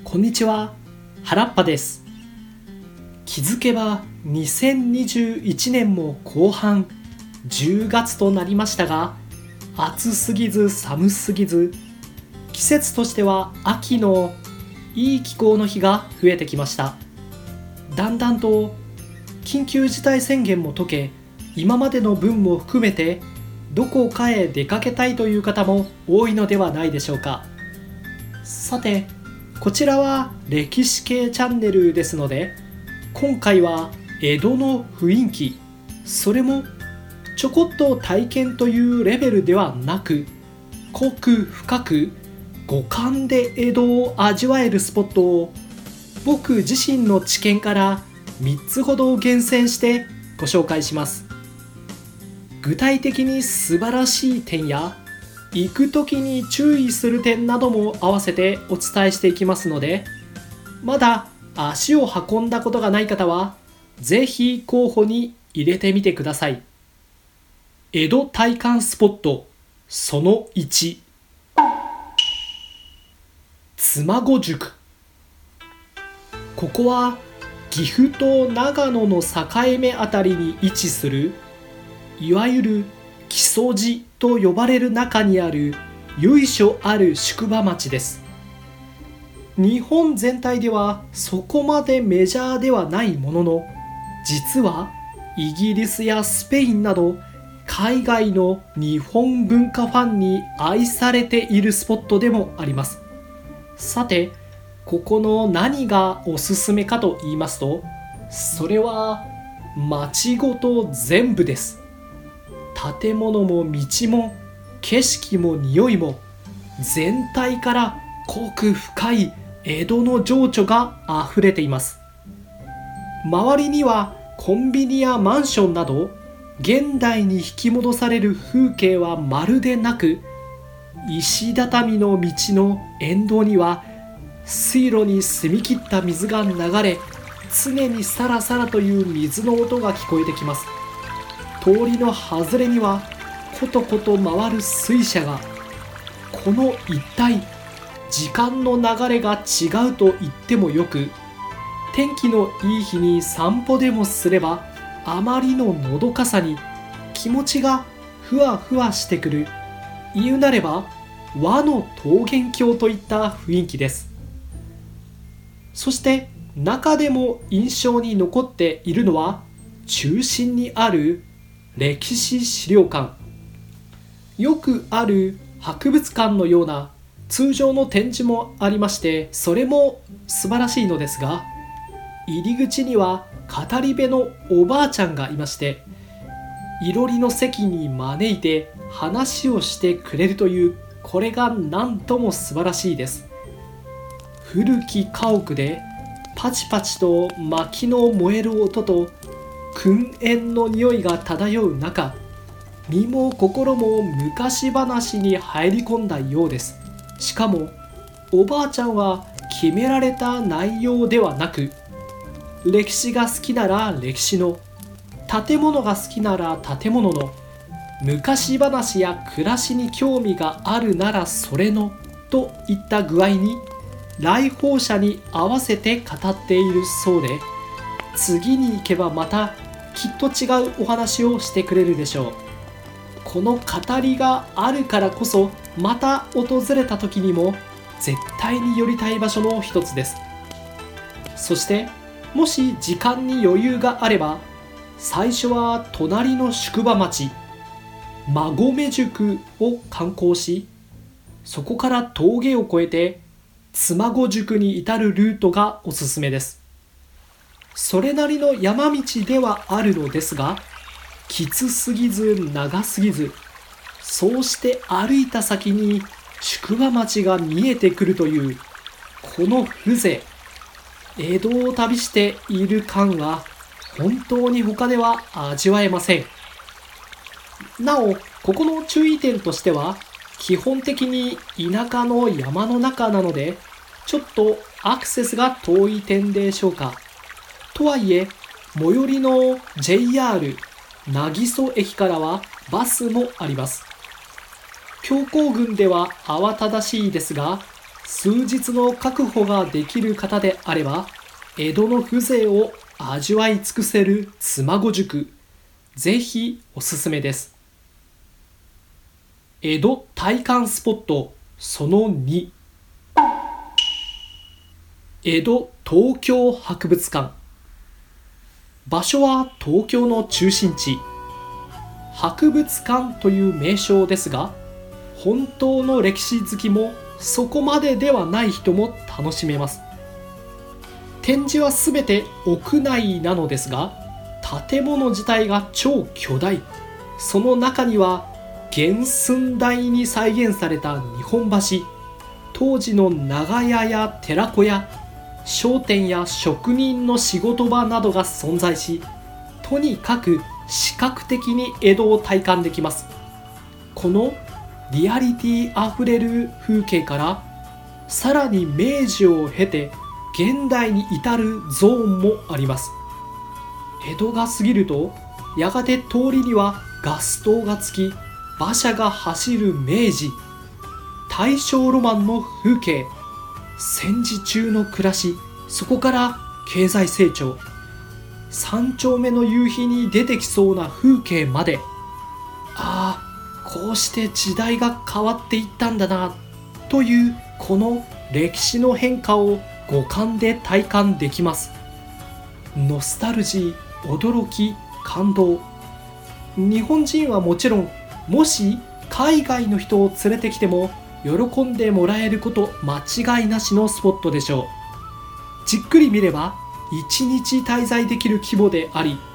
こんにちは、原っぱです。気づけば2021年も後半、10月となりましたが、暑すぎず寒すぎず、季節としては秋のいい気候の日が増えてきました。だんだんと緊急事態宣言も解け、今までの分も含めてどこかへ出かけたいという方も多いのではないでしょうか。さて、こちらは歴史系チャンネルですので、今回は江戸の雰囲気、それもちょこっと体験というレベルではなく、濃く深く五感で江戸を味わえるスポットを僕自身の知見から3つほど厳選してご紹介します。具体的に素晴らしい点や行く時に注意する点なども合わせてお伝えしていきますので、まだ足を運んだことがない方はぜひ候補に入れてみてください。江戸体感スポットその1、妻籠宿。ここは岐阜と長野の境目あたりに位置する、いわゆる木曽路と呼ばれる中にある由緒ある宿場町です。日本全体ではそこまでメジャーではないものの、実はイギリスやスペインなど海外の日本文化ファンに愛されているスポットでもあります。さて、ここの何がおすすめかと言いますと、それは街ごと全部です。建物も道も景色も匂いも全体から濃く深い江戸の情緒があふれています。周りにはコンビニやマンションなど現代に引き戻される風景はまるでなく、石畳の道の沿道には水路に澄み切った水が流れ、常にサラサラという水の音が聞こえてきます。通りの外れにはコトコト回る水車が、この一帯時間の流れが違うと言ってもよく、天気のいい日に散歩でもすればあまりののどかさに気持ちがふわふわしてくる、言うなれば和の桃源郷といった雰囲気です。そして中でも印象に残っているのは、中心にある歴史資料館。よくある博物館のような通常の展示もありまして、それも素晴らしいのですが、入り口には語り部のおばあちゃんがいまして、いろりの席に招いて話をしてくれるという、これが何とも素晴らしいです。古き家屋でパチパチと薪の燃える音と燻煙の匂いが漂う中、身も心も昔話に入り込んだようです。しかもおばあちゃんは決められた内容ではなく、歴史が好きなら歴史の、建物が好きなら建物の、昔話や暮らしに興味があるならそれのといった具合に来訪者に合わせて語っているそうで、次に行けばまたきっと違うお話をしてくれるでしょう。この語りがあるからこそ、また訪れた時にも絶対に寄りたい場所の一つです。そしてもし時間に余裕があれば、最初は隣の宿場町馬込宿を観光し、そこから峠を越えて妻籠宿に至るルートがおすすめです。それなりの山道ではあるのですが、きつすぎず長すぎず、そうして歩いた先に宿場町が見えてくるという、この風情、江戸を旅している感は本当に他では味わえません。なお、ここの注意点としては、基本的に田舎の山の中なので、ちょっとアクセスが遠い点でしょうか。とはいえ、最寄りの JR 渚蘇駅からはバスもあります。強行軍では慌ただしいですが、 数日の確保ができる方であれば、江戸の風情を味わい尽くせる妻籠宿、ぜひおすすめです。江戸体感スポットその2、江戸東京博物館。場所は東京の中心地。博物館という名称ですが、本当の歴史好きもそこまでではない人も楽しめます。展示はすべて屋内なのですが、建物自体が超巨大。その中には原寸大に再現された日本橋、当時の長屋や寺子屋、商店や職人の仕事場などが存在し、とにかく視覚的に江戸を体感できます。このリアリティあふれる風景から、さらに明治を経て現代に至るゾーンもあります。江戸が過ぎると、やがて通りにはガス灯がつき、馬車が走る明治、大正ロマンの風景、戦時中の暮らし、そこから経済成長、三丁目の夕日に出てきそうな風景まで、ああ、こうして時代が変わっていったんだなという、この歴史の変化を五感で体感できます。ノスタルジー、驚き、感動。日本人はもちろん、もし海外の人を連れてきても喜んでもらえること間違いなしのスポットでしょう。じっくり見れば1日滞在できる規模であり、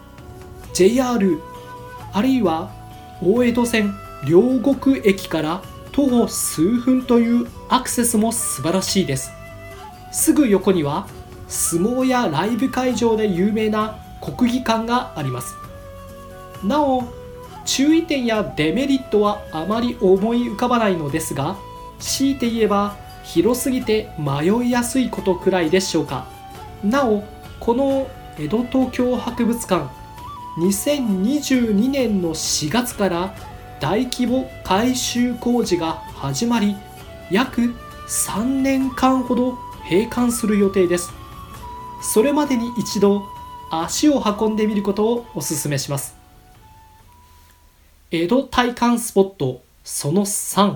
JR あるいは大江戸線両国駅から徒歩数分というアクセスも素晴らしいです。すぐ横には相撲やライブ会場で有名な国技館があります。なお注意点やデメリットはあまり思い浮かばないのですが、強いて言えば広すぎて迷いやすいことくらいでしょうか。なおこの江戸東京博物館、2022年の4月から大規模改修工事が始まり、約3年間ほど閉館する予定です。それまでに一度足を運んでみることをお勧めします。江戸体感スポットその3、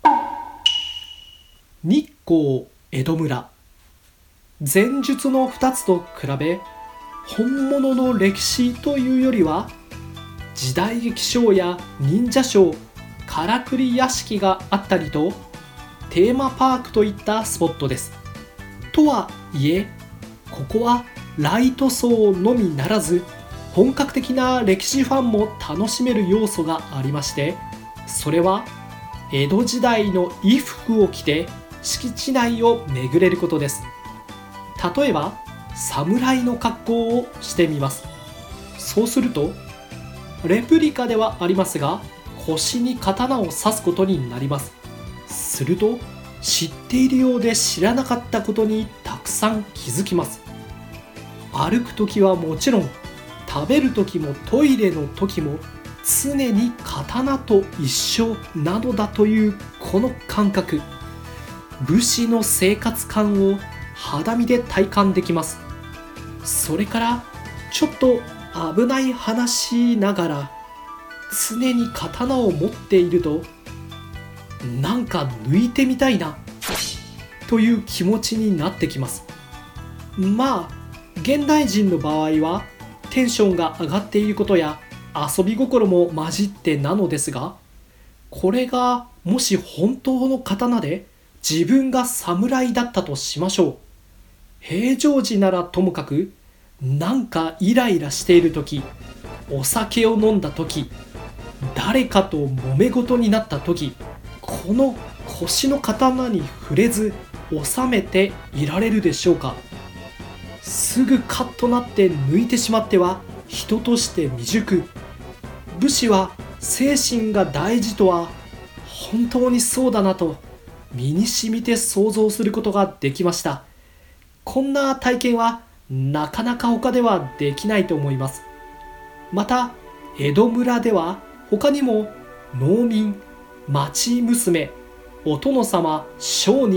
日光江戸村。前述の2つと比べ、本物の歴史というよりは時代劇ショーや忍者ショー、からくり屋敷があったりと、テーマパークといったスポットです。とはいえ、ここはライト層のみならず、本格的な歴史ファンも楽しめる要素がありまして、それは江戸時代の衣服を着て敷地内を巡れることです。例えば侍の格好をしてみます。そうするとレプリカではありますが、腰に刀を刺すことになります。すると知っているようで知らなかったことにたくさん気づきます。歩くときはもちろん、食べるときもトイレのときも常に刀と一緒なのだというこの感覚、武士の生活感を肌身で体感できます。それからちょっと危ない話ながら、常に刀を持っているとなんか抜いてみたいなという気持ちになってきます。まあ現代人の場合はテンションが上がっていることや遊び心も混じってなのですが、これがもし本当の刀で自分が侍だったとしましょう。平常時ならともかく、なんかイライラしているとき、お酒を飲んだとき、誰かと揉め事になったとき、この腰の刀に触れず収めていられるでしょうか。すぐカッとなって抜いてしまっては人として未熟。武士は精神が大事とは本当にそうだなと身に染みて想像することができました。こんな体験はなかなか他ではできないと思います。また江戸村では他にも農民、町娘、お殿様、商人、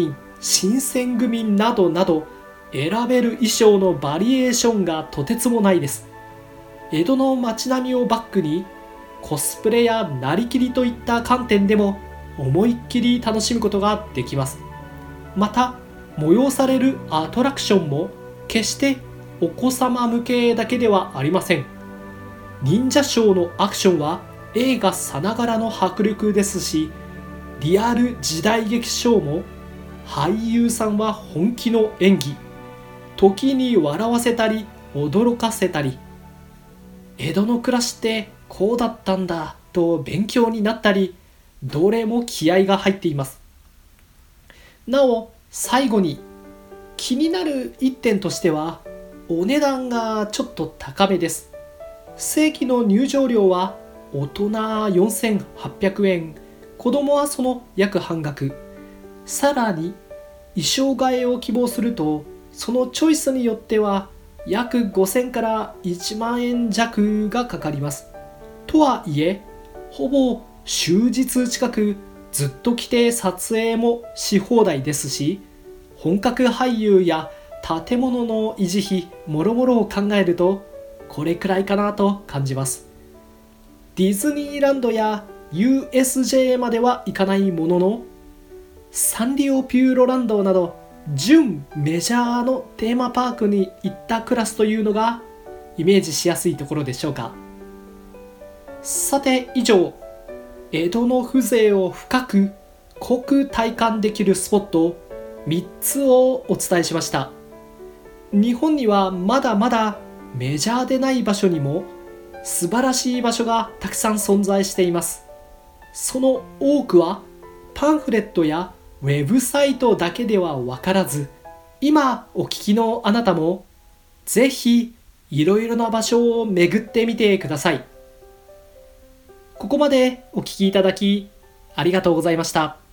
新選組などなど、選べる衣装のバリエーションがとてつもないです。江戸の街並みをバックに、コスプレやなりきりといった観点でも思いっきり楽しむことができます。また、催されるアトラクションも決してお子様向けだけではありません。忍者ショーのアクションは映画さながらの迫力ですし、リアル時代劇ショーも俳優さんは本気の演技、時に笑わせたり驚かせたり、江戸の暮らしってこうだったんだと勉強になったり、どれも気合が入っています。なお最後に気になる一点としては、お値段がちょっと高めです。正規の入場料は大人4800円、子供はその約半額。さらに衣装替えを希望すると、そのチョイスによっては約5000から1万円弱がかかります。とはいえ、ほぼ終日近くずっと着て撮影もし放題ですし、本格俳優や建物の維持費もろもろを考えると、これくらいかなと感じます。ディズニーランドや USJ までは行かないものの、サンリオピューロランドなど準メジャーのテーマパークに行ったクラスというのがイメージしやすいところでしょうか。さて以上、江戸の風情を深く濃く体感できるスポット3つをお伝えしました。日本にはまだまだメジャーでない場所にも素晴らしい場所がたくさん存在しています。その多くはパンフレットやウェブサイトだけでは分からず、今お聞きのあなたもぜひいろいろな場所を巡ってみてください。ここまでお聞きいただきありがとうございました。